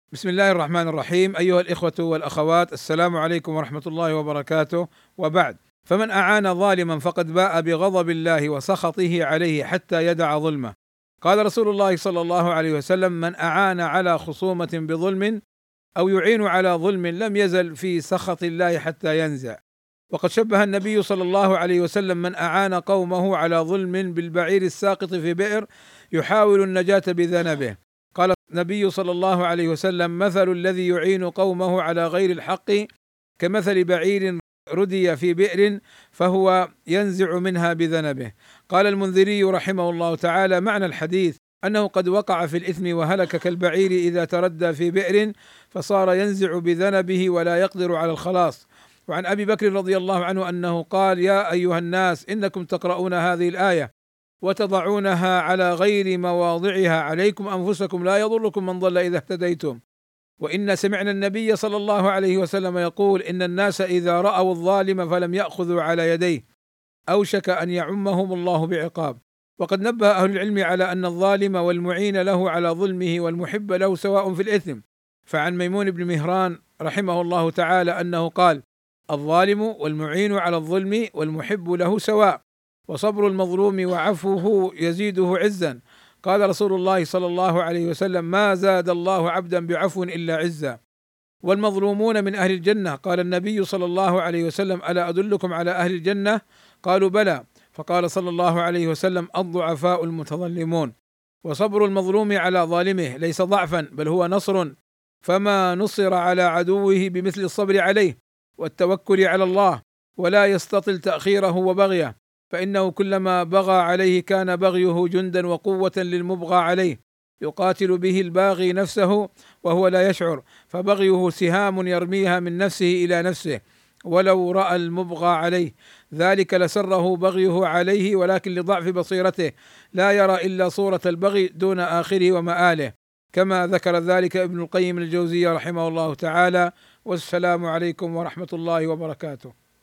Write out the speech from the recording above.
بسم الله الرحمن الرحيم، أيها الإخوة والأخوات، السلام عليكم ورحمة الله وبركاته، وبعد. فمن أعان ظالما فقد باء بغضب الله وسخطه عليه حتى يدع ظلمه. قال رسول الله صلى الله عليه وسلم: من أعان على خصومة بظلم أو يعين على ظلم لم يزل في سخط الله حتى ينزع. وقد شبه النبي صلى الله عليه وسلم من أعان قومه على ظلم بالبعير الساقط في بئر يحاول النجاة بذنبه. قال النبي صلى الله عليه وسلم: مثل الذي يعين قومه على غير الحق كمثل بعير ردي في بئر فهو ينزع منها بذنبه. قال المنذري رحمه الله تعالى: معنى الحديث أنه قد وقع في الإثم وهلك كالبعير إذا تردى في بئر فصار ينزع بذنبه ولا يقدر على الخلاص. وعن أبي بكر رضي الله عنه أنه قال: يا أيها الناس إنكم تقرؤون هذه الآية وتضعونها على غير مواضعها، عليكم أنفسكم لا يضركم من ضل إذا اهتديتم. وإن سمعنا النبي صلى الله عليه وسلم يقول: إن الناس إذا رأوا الظالم فلم يأخذوا على يديه أوشك أن يعمهم الله بعقاب. وقد نبه أهل العلم على أن الظالم والمعين له على ظلمه والمحب له سواء في الإثم. فعن ميمون بن مهران رحمه الله تعالى أنه قال: الظالم والمعين على الظلم والمحب له سواء، وصبر المظلوم وعفوه يزيده عزا. قال رسول الله صلى الله عليه وسلم: ما زاد الله عبدا بعفو إلا عزا. والمظلومون من أهل الجنة. قال النبي صلى الله عليه وسلم: ألا أدلكم على أهل الجنة؟ قالوا بلى. فقال صلى الله عليه وسلم: الضعفاء المتظلمون. وصبر المظلوم على ظالمه ليس ضعفا بل هو نصر، فما نصر على عدوه بمثل الصبر عليه والتوكل على الله، ولا يستطل تأخيره وبغيه، فإنه كلما بغى عليه كان بغيه جندا وقوة للمبغى عليه، يقاتل به الباغي نفسه وهو لا يشعر، فبغيه سهام يرميها من نفسه إلى نفسه ولو رأى المبغى عليه، ذلك لسره بغيه عليه، ولكن لضعف بصيرته لا يرى إلا صورة البغي دون آخره ومآله، كما ذكر ذلك ابن القيم الجوزية رحمه الله تعالى. والسلام عليكم ورحمة الله وبركاته.